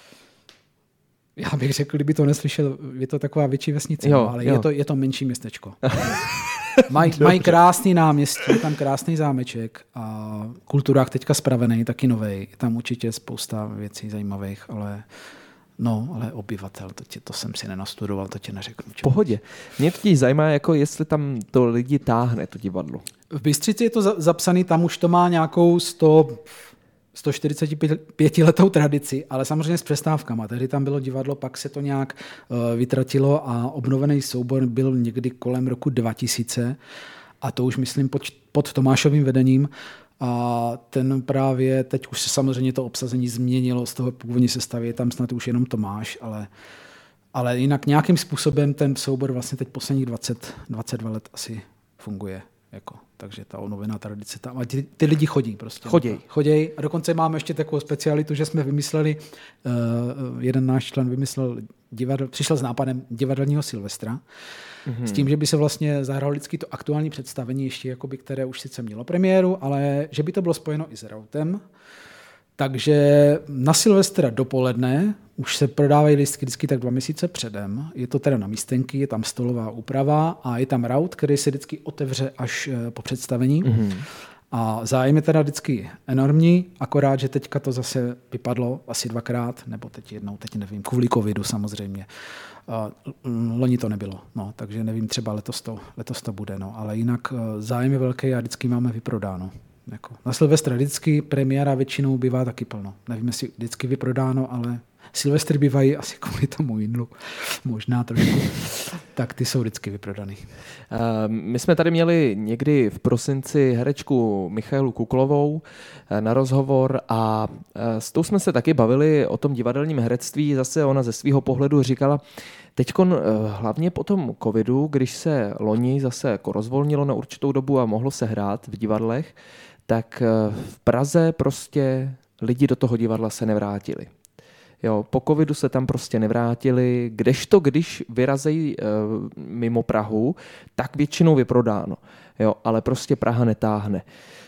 Já bych řekl, kdyby to neslyšel, je to taková větší vesnice, jo, no, ale jo. Je, to, je to menší městečko. Mají maj krásný náměstí, je tam krásný zámeček a kulturák teďka spravený, taky novej. Je tam určitě spousta věcí zajímavých, ale no, ale obyvatel, to, tě, to jsem si nenastudoval, to tě neřeknu. V pohodě. Mě totiž zajímá, jako jestli tam to lidi táhne, to divadlo. V Bystřici je to za, zapsaný, tam už to má nějakou sto... sto čtyřicet pět letou tradici, ale samozřejmě s přestávkama. Tehdy tam bylo divadlo, pak se to nějak uh, vytratilo a obnovený soubor byl někdy kolem roku dva tisíce a to už myslím pod, pod Tomášovým vedením a ten právě, teď už se samozřejmě to obsazení změnilo z toho původní sestavy, je tam snad už jenom Tomáš, ale, ale jinak nějakým způsobem ten soubor vlastně teď posledních dvacet, dvacet dva let asi funguje. Jako, takže ta obnovená tradice tam. A ty, ty lidi chodí prostě. Choděj. Choděj. A dokonce máme ještě takovou specialitu, že jsme vymysleli, uh, jeden náš člen vymyslel divadl, přišel s nápadem divadelního Silvestra, mm-hmm. s tím, že by se vlastně zahralo vždycky to aktuální představení, ještě jakoby, které už sice mělo premiéru, ale že by to bylo spojeno i s rautem. Takže na Silvestra dopoledne už se prodávají lístky vždycky tak dva měsíce předem. Je to teda na místenky, je tam stolová úprava a je tam raut, který se vždycky otevře až po představení. Mm-hmm. A zájem je teda vždycky enormní, akorát, že teďka to zase vypadlo asi dvakrát, nebo teď jednou, teď nevím, kvůli covidu samozřejmě. Uh, loni to nebylo, no, takže nevím, třeba letos to, letos to bude, no, ale jinak uh, zájem je velký a vždycky máme vyprodáno. Jako. Na Silvestra vždycky premiéra většinou bývá taky plno. Nevím, jestli vždycky vyprodáno, ale Silvestry bývají asi kvůli tomu jídlu, možná trošku, tak ty jsou vždycky vyprodaný. Uh, my jsme tady měli někdy v prosinci herečku Michailu Kuklovou uh, na rozhovor a uh, s tou jsme se taky bavili o tom divadelním herectví. Zase ona ze svého pohledu říkala, teďkon uh, hlavně po tom covidu, když se loni zase jako rozvolnilo na určitou dobu a mohlo se hrát v divadlech, tak uh, v Praze prostě lidi do toho divadla se nevrátili. Jo, po covidu se tam prostě nevrátili, kdežto když vyrazejí e, mimo Prahu, tak většinou vyprodáno. Jo, ale prostě Praha netáhne.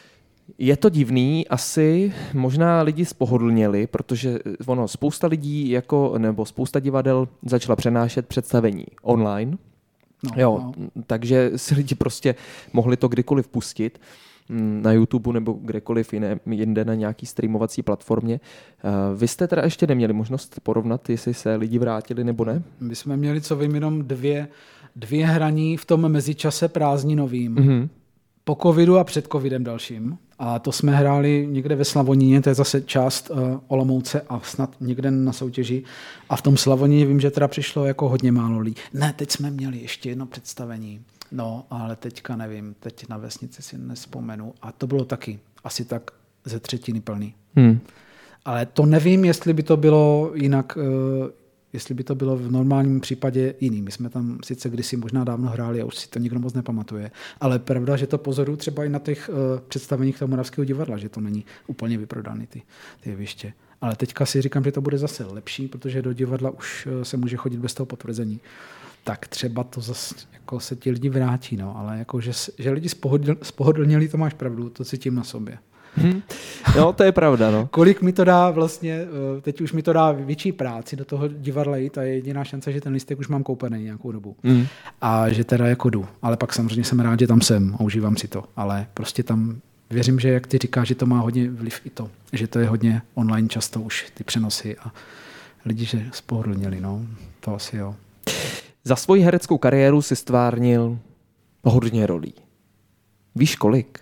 Je to divný, asi možná lidi spohodlněli, protože ono, spousta lidí jako, nebo spousta divadel začala přenášet představení online. No, jo, no. Takže si lidi prostě mohli to kdykoliv pustit na YouTube nebo kdekoliv jiné, jinde na nějaký streamovací platformě. Vy jste teda ještě neměli možnost porovnat, jestli se lidi vrátili nebo ne? My jsme měli co vím jenom dvě, dvě hraní v tom mezičase prázdninovým. Mm-hmm. Po covidu a před covidem dalším. A to jsme hráli někde ve Slavoníně, to je zase část uh, Olomouce a snad někde na soutěži. A v tom Slavoníně vím, že teda přišlo jako hodně málo lidí. Ne, teď jsme měli ještě jedno představení. No, ale teďka nevím, teď na vesnici si nespomenu. A to bylo taky asi tak ze třetiny plný. Hmm. Ale to nevím, jestli by to bylo jinak, uh, jestli by to bylo v normálním případě jiný. My jsme tam sice kdysi možná dávno hráli a už si to nikdo moc nepamatuje. Ale pravda, že to pozoruju třeba i na těch uh, představeních toho Moravského divadla, že to není úplně vyprodaný ty, ty jeviště. Ale teďka si říkám, že to bude zase lepší, protože do divadla už uh, se může chodit bez toho potvrzení. Tak třeba to zase jako se ti lidi vrátí, no, ale jako, že, že lidi spohodl, spohodlněli, to máš pravdu, to cítím na sobě. Hmm. No, to je pravda, no. Kolik mi to dá vlastně, teď už mi to dá větší práci do toho divadla jít a je jediná šance, že ten lístek už mám koupený nějakou dobu. Hmm. A že teda jako jdu. Ale pak samozřejmě jsem rád, že tam jsem a užívám si to. Ale prostě tam věřím, že jak ty říkáš, že to má hodně vliv i to. Že to je hodně online často už ty přenosy a lidi, že spohodlněli, no. To asi jo. Za svoji hereckou kariéru si stvárnil hodně rolí. Víš kolik?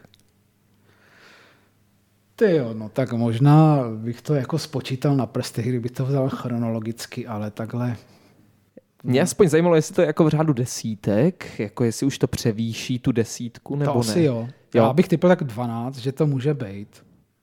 Ty jo, no tak možná bych to jako spočítal na prstech, kdyby to vzal chronologicky, ale takhle. Mě aspoň zajímalo, jestli to je jako v řádu desítek, jako jestli už to převýší tu desítku, nebo to ne. To asi jo. jo. Já bych typl tak dvanáct, že to může být.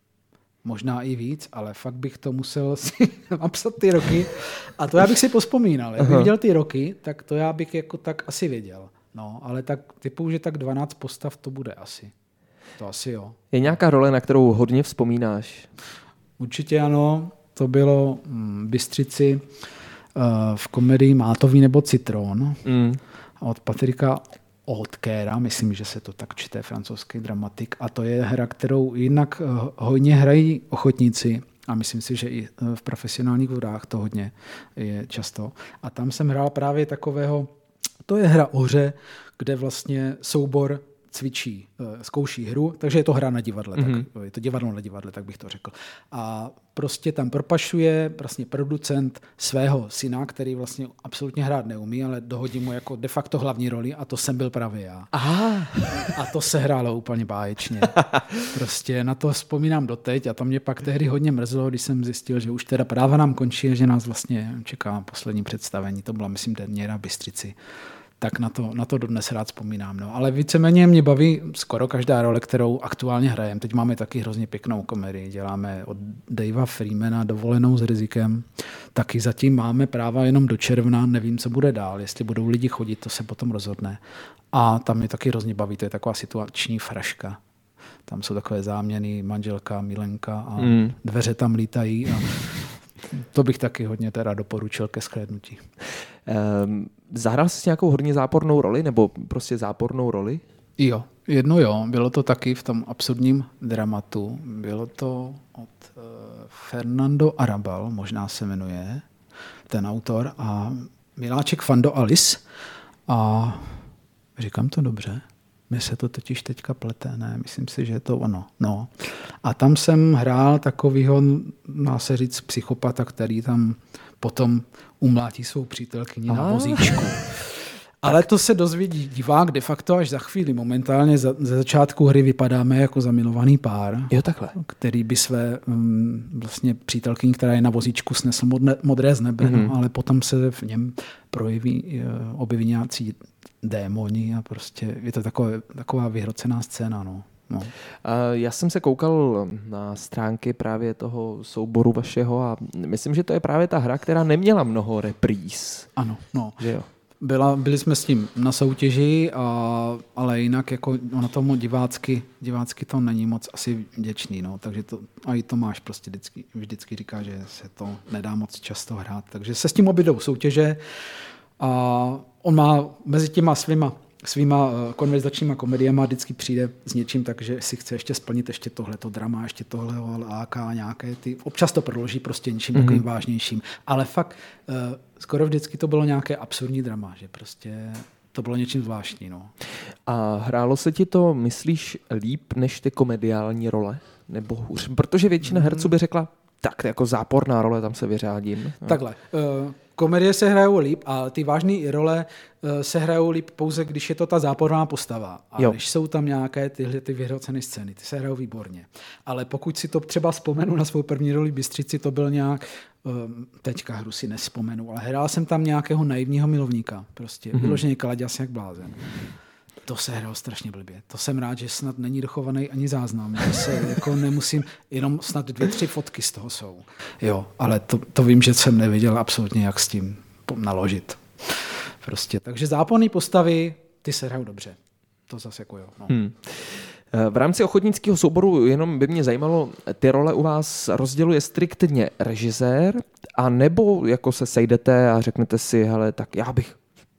Možná i víc, ale fakt bych to musel si napsat ty roky. A to já bych si pospomínal. Jak bych viděl ty roky, tak to já bych jako tak asi věděl. No, ale tak typu, že tak dvanáct postav to bude asi. To asi jo. Je nějaká role, na kterou hodně vzpomínáš? Určitě ano. To bylo v Bystřici uh, v komedii Mátový nebo Citron mm. od Patrika Oetkera, myslím, že se to tak čte, francouzský dramatik. A to je hra, kterou jinak uh, hodně hrají ochotníci. A myslím si, že i v profesionálních vodách to hodně je často. A tam jsem hrál právě takového, to je hra o hře, kde vlastně soubor cvičí, zkouší hru, takže je to hra na divadle, mm-hmm. tak, je to divadlo na divadle, tak bych to řekl. A prostě tam propašuje vlastně producent svého syna, který vlastně absolutně hrát neumí, ale dohodí mu jako de facto hlavní roli a to jsem byl právě já. Aha. A to se hrálo úplně báječně. Prostě na to vzpomínám doteď a to mě pak tehdy hodně mrzelo, když jsem zjistil, že už teda práva nám končí a že nás vlastně čeká poslední představení. To byla, myslím, derniéra v Bystřici. Tak na to, na to dodnes rád vzpomínám. No. Ale víceméně mě baví skoro každá role, kterou aktuálně hrajeme. Teď máme taky hrozně pěknou komedii. Děláme od Davea Freemana Dovolenou s rizikem. Taky zatím máme práva jenom do června. Nevím, co bude dál. Jestli budou lidi chodit, to se potom rozhodne. A tam mě taky hrozně baví. To je taková situační fraška. Tam jsou takové záměny, manželka, milenka a mm. dveře tam lítají. A to bych taky hodně teda doporučil ke shlédnutí. Um, zahrál jsi nějakou hodně zápornou roli, nebo prostě zápornou roli? Jo, jedno jo. Bylo to taky v tom absurdním dramatu. Bylo to od uh, Fernando Arrabal, možná se jmenuje ten autor, a Miláček Fando Alice. A říkám to dobře? Mně se to totiž teďka plete, ne? Myslím si, že je to ono. No. A tam jsem hrál takovýho, dá se říct, psychopata, který tam potom umlátí svou přítelkyni na vozíčku. Ale to se dozvědí divák de facto až za chvíli. Momentálně za, za začátku hry vypadáme jako zamilovaný pár, jo, takhle. Který by své um, vlastně přítelkyni, která je na vozíčku, snesl modne, modré z nebe, mm-hmm. no, ale potom se v něm projeví, uh, objeví nějací démoni a prostě je to takové, taková vyhrocená scéna. No. No. Já jsem se koukal na stránky právě toho souboru vašeho a myslím, že to je právě ta hra, která neměla mnoho repríz. Ano, no. Že jo? Byla, byli jsme s tím na soutěži, a, ale jinak jako ono tomu divácky, divácky to není moc asi vděčný. No. Takže to, a i Tomáš prostě vždycky, vždycky říká, že se to nedá moc často hrát. Takže se s tím obydou soutěže a on má mezi těma svýma svýma konverzačníma komediema vždycky přijde s něčím, takže si chce ještě splnit ještě tohleto drama, ještě tohleho láká nějaké ty. Občas to prodlouží prostě něčím mm-hmm. takovým vážnějším. Ale fakt uh, skoro vždycky to bylo nějaké absurdní drama, že prostě to bylo něčím zvláštní. No. A hrálo se ti to, myslíš, líp než ty komediální role? Nebo hůř? Protože většina herců by řekla, tak jako záporná role, tam se vyřádím. Takhle. Uh, komedie se hrajou líp a ty vážné role uh, se hrajou líp pouze, když je to ta záporná postava. A jo. Když jsou tam nějaké tyhle ty vyhrocené scény, ty se hrajou výborně. Ale pokud si to třeba vzpomenu na svou první roli v Bystřici, to byl nějak, uh, teďka hru si nespomenu, ale hrál jsem tam nějakého naivního milovníka. Prostě mm-hmm. vyloženě kalaďas jak blázen. To se hrál strašně blbě. To jsem rád, že snad není dochovaný ani záznam. Že se jako nemusím, jenom snad dvě, tři fotky z toho jsou. Jo, ale to, to vím, že jsem nevěděl absolutně, jak s tím naložit. Prostě. Takže záporné postavy, ty se hrajou dobře. To zase jako jo. No. Hmm. V rámci ochotnického souboru jenom by mě zajímalo, ty role u vás rozděluje striktně režisér, a nebo jako se sejdete a řeknete si, hele, tak já bych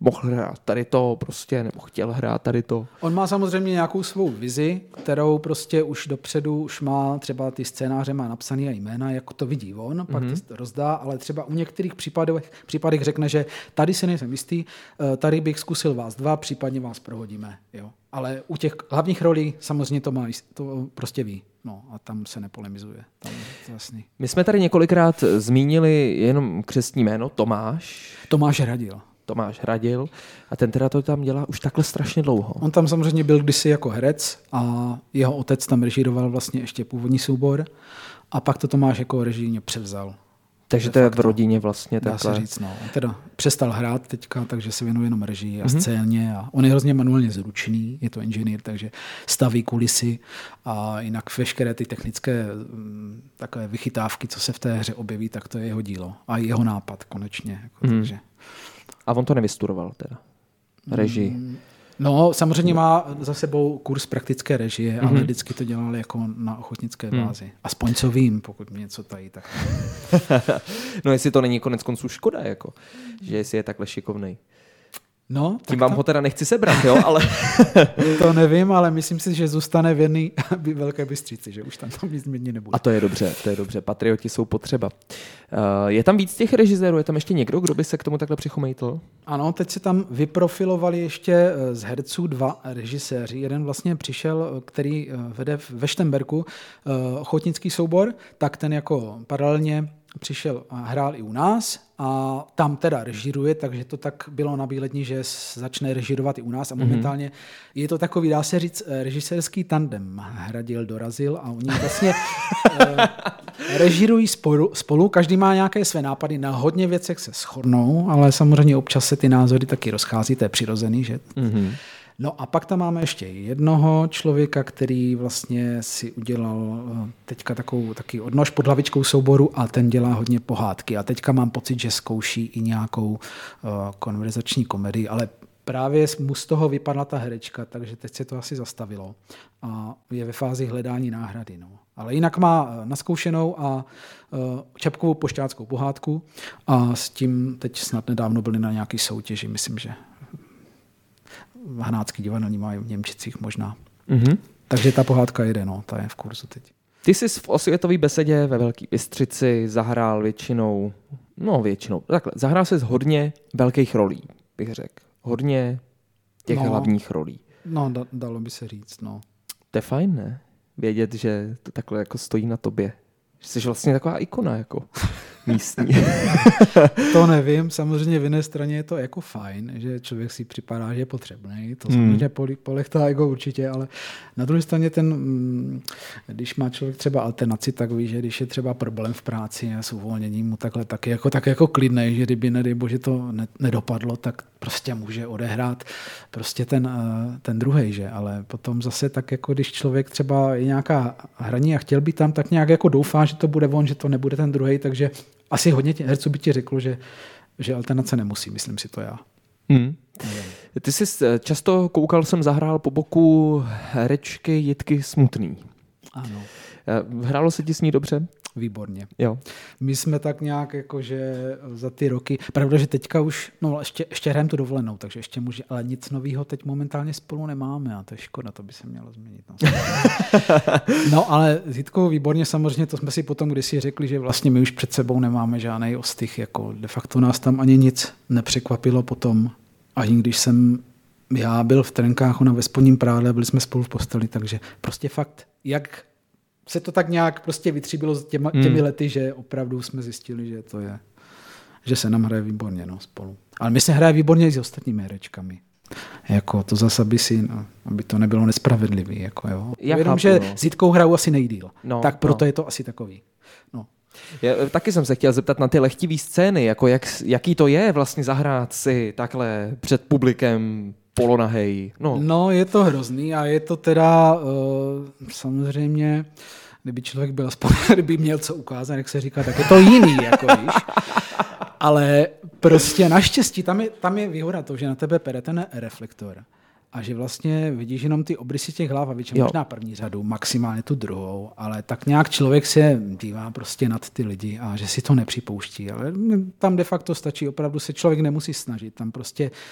mohl hrát tady to prostě, nebo chtěl hrát tady to. On má samozřejmě nějakou svou vizi, kterou prostě už dopředu už má třeba ty scénáře má napsaný a jména, jako to vidí on, mm-hmm. pak to rozdá, ale třeba u některých případech, případech řekne, že tady si nejsem jistý, tady bych zkusil vás dva, případně vás prohodíme. Jo. Ale u těch hlavních rolí samozřejmě to má, to prostě ví. No a tam se nepolemizuje. Tam je to jasný. My jsme tady několikrát zmínili jenom křestní jméno Tomáš. Tomáš Hradil. Tomáš Hradil a ten teda to tam dělá už takhle strašně dlouho. On tam samozřejmě byl kdysi jako herec a jeho otec tam režíroval vlastně ještě původní soubor a pak to Tomáš jako režijně převzal. Takže to je v rodině vlastně dá takhle. Dá se říct, no. On teda přestal hrát teďka, takže se věnuje jenom režii a mm-hmm. scéně a on je hrozně manuálně zručný, je to inženýr, takže staví kulisy a jinak veškeré ty technické m, takové vychytávky, co se v té hře objeví, tak to je jeho dílo a jeho nápad konečně. Jako, mm. takže. A on to nevystudoval teda? Režii? Mm. No, samozřejmě má za sebou kurz praktické režie, mm-hmm. ale vždycky to dělal jako na ochotnické bázi. Mm. Aspoň co vím, pokud mě něco tají, tak... No, jestli to není konec konců škoda, jako, že jestli je takhle šikovnej. No, tím vám to... ho teda nechci sebrat, jo, ale... To nevím, ale myslím si, že zůstane věrný Velké Bystřici, že už tam to nic změnit nebude. A to je dobře, to je dobře. Patrioti jsou potřeba. Uh, je tam víc těch režisérů? Je tam ještě někdo, kdo by se k tomu takhle přichomejtl? Ano, teď se tam vyprofilovali ještě z herců dva režiséři. Jeden vlastně přišel, který vede ve Štemberku uh, ochotnický soubor, tak ten jako paralelně přišel a hrál i u nás a tam teda režíruje, takže to tak bylo na výledni, že začne režírovat i u nás a momentálně mm-hmm. je to takový, dá se říct, režisérský tandem. Hradil, dorazil a oni vlastně režírují spolu, spolu, každý má nějaké své nápady, na hodně věcech se shodnou, ale samozřejmě občas se ty názory taky rozchází, to je přirozený, že? Mm-hmm. No a pak tam máme ještě jednoho člověka, který vlastně si udělal teďka takovou taky odnož pod hlavičkou souboru a ten dělá hodně pohádky. A teďka mám pocit, že zkouší i nějakou uh, konverzační komedii, ale právě mu z toho vypadla ta herečka, takže teď se to asi zastavilo a je ve fázi hledání náhrady. No. Ale jinak má naskoušenou a uh, čapkovou pošťáckou pohádku a s tím teď snad nedávno byli na nějaký soutěži, myslím, že Hanácký divadelní mají v Němčicích možná. Mm-hmm. Takže ta pohádka jede, no, ta je v kurzu teď. Ty jsi v osvětové besedě ve Velké Bystřici zahrál většinou, no většinou, takhle, zahrál jsi hodně velkých rolí, bych řekl. Hodně těch no, hlavních rolí. No, da, dalo by se říct, no. To je fajn, ne? Vědět, že to takhle jako stojí na tobě. Že jsi vlastně taková ikona, jako místní. To nevím, samozřejmě v jedné straně je to jako fajn, že člověk si připadá, že je potřebný, to samozřejmě hmm. polechtá jako určitě, ale na druhé straně ten, když má člověk třeba alternaci, tak ví, že když je třeba problém v práci a s uvolněním mu takhle taky jako, tak jako klidnej, že kdyby nedej bože to ne, nedopadlo, tak prostě může odehrát prostě ten, ten druhej, že, ale potom zase tak jako když člověk třeba je nějaká hraní a chtěl by tam, tak nějak jako doufá, že to bude on, že to nebude ten druhej, takže asi hodně herců by ti řeklo, že, že alternace nemusí, myslím si to já. Hmm. Ty jsi často koukal, jsem zahrál po boku herečky Jitky Smutný. Ano. Hrálo se ti s ní dobře? Výborně. Jo. My jsme tak nějak jakože za ty roky, pravda, že teďka už, no ještě, ještě hrajeme tu dovolenou, takže ještě může, ale nic nového teď momentálně spolu nemáme a to je škoda, to by se mělo změnit. No, no ale s Jitkou výborně samozřejmě, to jsme si potom kdysi řekli, že vlastně my už před sebou nemáme žádný ostych, jako de facto nás tam ani nic nepřekvapilo potom, ani když jsem já byl v trenkách, ona ve spodním prádle, byli jsme spolu v posteli, takže prostě fakt, jak se to tak nějak prostě vytříbilo těma, těmi lety, že opravdu jsme zjistili, že to je, že se nám hraje výborně, no, spolu. Ale my se hraje výborně i s ostatními herečkami. Jako to zase, aby, si, no, aby to nebylo nespravedlivý. Jako, jo. Vědom, že no. S Jitkou hraju asi nejdýl. No, tak proto no. je to asi takový. No. Já, taky jsem se chtěl zeptat na ty lehtivé scény, jako jak, jaký to je vlastně zahrát si takhle před publikem polonahej. No. no, je to hrozný a je to teda uh, samozřejmě, kdyby člověk byl aspoň, kdyby měl co ukázat, jak se říká, tak je to jiný, jako víš. Ale prostě naštěstí, tam je, tam je výhoda to, že na tebe pere ten reflektor a že vlastně vidíš jenom ty obrysy těch hlav a většinou možná první řadu, maximálně tu druhou, ale tak nějak člověk se dívá prostě nad ty lidi a že si to nepřipouští. Ale tam de facto stačí, opravdu se člověk nemusí snažit, tam prostě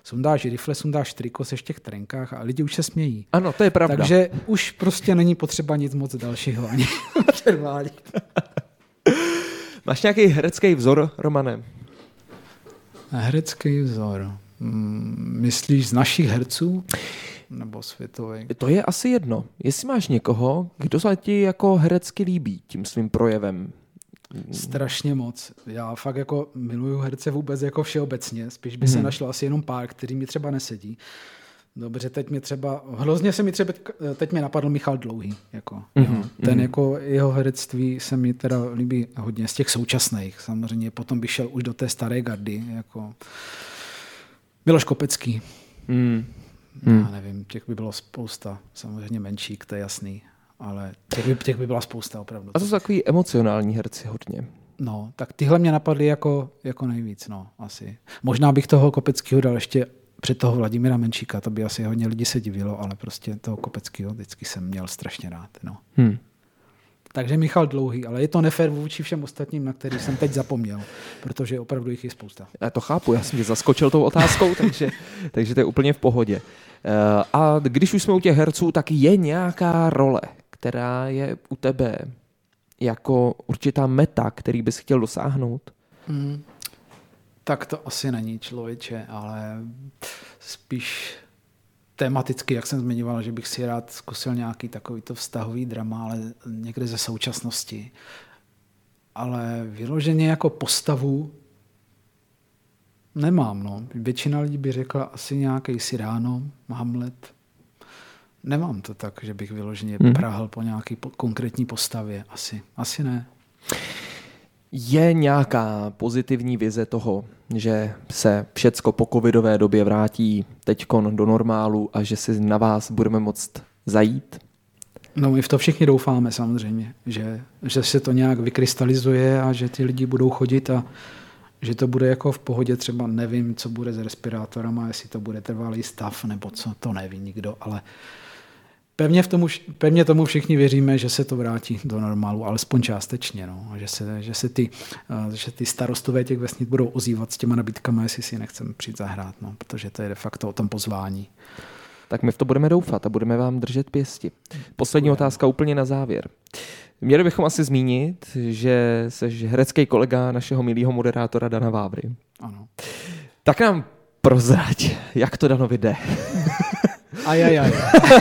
Sundáš rifle, sundáš triko, seš v těch trenkách a lidi už se smějí. Ano, to je pravda. Takže už prostě není potřeba nic moc dalšího ani předvádět. Máš nějaký herecký vzor, Romane? Herecký vzor. Myslíš z našich herců? Nebo světový? To je asi jedno. Jestli máš někoho, kdo se ti jako herecky líbí tím svým projevem? Strašně moc. Já fakt jako miluju herce vůbec jako všeobecně. Spíš by se hmm. našlo asi jenom pár, který mi třeba nesedí. Dobře, teď mi třeba, hrozně se mi třeba, teď mi napadl Michal Dlouhý. Jako, mm-hmm. Ten jako jeho herectví se mi teda líbí hodně z těch současných. Samozřejmě potom by šel už do té staré gardy. Jako Miloš Kopecký. Mm. Já nevím, těch by bylo spousta. Samozřejmě menší, to je jasný. Ale těch by, těch by byla spousta opravdu. A to jsou takový emocionální herci hodně. No, tak tyhle mě napadly jako, jako nejvíc, no, asi. Možná bych toho Kopeckého dal ještě před toho Vladimíra Menšíka, to by asi hodně lidí se divilo, ale prostě toho Kopeckého vždycky jsem měl strašně rád, no. Hmm. Takže Michal Dlouhý, ale je to nefér vůči všem ostatním, na který jsem teď zapomněl, protože opravdu jich je spousta. Já to chápu, já jsem tě zaskočil tou otázkou, takže, takže to je úplně v pohodě. A když už jsme u těch herců, tak je nějaká role, která je u tebe jako určitá meta, který bys chtěl dosáhnout? Hmm. Tak to asi není, člověče, ale spíš tematicky, jak jsem zmiňoval, že bych si rád zkusil nějaký takovýto vztahový drama, ale někde ze současnosti. Ale vyloženě jako postavu nemám. No. Většina lidí by řekla asi nějaký Cyrano, Hamlet. Nemám to tak, že bych vyloženě hmm. prahal po nějaký po- konkrétní postavě. Asi, asi ne. Je nějaká pozitivní vize toho, že se všecko po covidové době vrátí teďkon do normálu a že si na vás budeme moct zajít? No my v to všichni doufáme samozřejmě, že, že se to nějak vykrystalizuje a že ty lidi budou chodit a že to bude jako v pohodě, třeba nevím, co bude s respirátorama, jestli to bude trvalý stav nebo co, to neví nikdo, ale Pevně, v tomu, pevně tomu všichni věříme, že se to vrátí do normálu, alespoň částečně. No. Že, se, že, se ty, že ty starostové těch vesnic budou ozývat s těma nabídkama, jestli si nechceme přijít zahrát, no, protože to je de facto o tom pozvání. Tak my v to budeme doufat a budeme vám držet pěsti. Poslední Děkujeme. Otázka úplně na závěr. Měli bychom asi zmínit, že jsi herecký kolega našeho milého moderátora Dana Vávry. Ano. Tak nám prozrať, jak to Danovi jde. Ajajaj.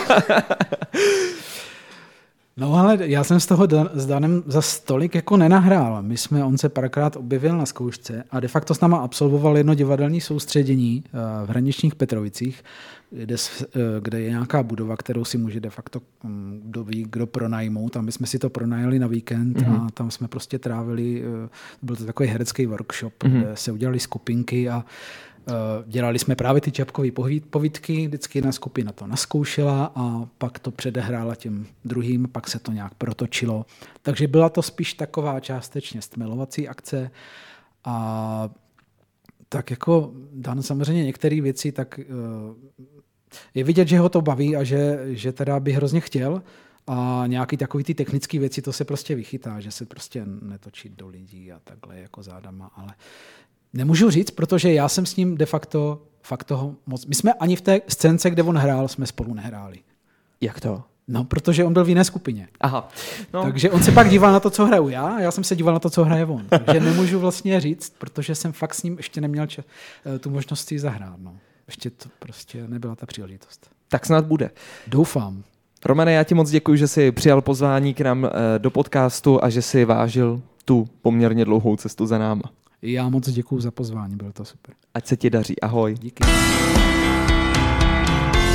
No ale já jsem z toho s Danem za stolik jako nenahrál. My jsme, on se párkrát objevil na zkoušce a de facto s náma absolvoval jedno divadelní soustředění v Hraničních Petrovicích, kde, kde je nějaká budova, kterou si může de facto kdo ví, kdo pronajmout. Tam jsme si to pronajali na víkend mm-hmm. a tam jsme prostě trávili, byl to takový herecký workshop, mm-hmm. kde se udělali skupinky a dělali jsme právě ty čapkové povídky, vždycky jedna skupina to naskoušela a pak to předehrála těm druhým, pak se to nějak protočilo. Takže byla to spíš taková částečně stmelovací akce a tak jako Dan samozřejmě některé věci, tak je vidět, že ho to baví a že, že teda by hrozně chtěl a nějaký takový ty technické věci, to se prostě vychytá, že se prostě netočí do lidí a takhle jako zádama, ale nemůžu říct, protože já jsem s ním de facto fakt toho moc... My jsme ani v té scénce, kde on hrál, jsme spolu nehráli. Jak to? No, protože on byl v jiné skupině. Aha. No. Takže on se pak díval na to, co hraju já, a já jsem se díval na to, co hraje on. Takže nemůžu vlastně říct, protože jsem fakt s ním ještě neměl čas, tu možnost si zahrát. No. Ještě to prostě nebyla ta příležitost. Tak snad bude. Doufám. Romane, já ti moc děkuji, že jsi přijal pozvání k nám do podcastu a že jsi vážil tu poměrně dlouhou cestu za náma. Já moc děkuju za pozvání, bylo to super. Ať se ti daří, ahoj. Díky.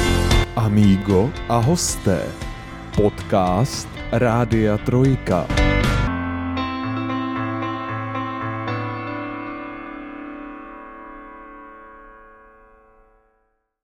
Amigo a hosté. Podcast Rádia Trojka.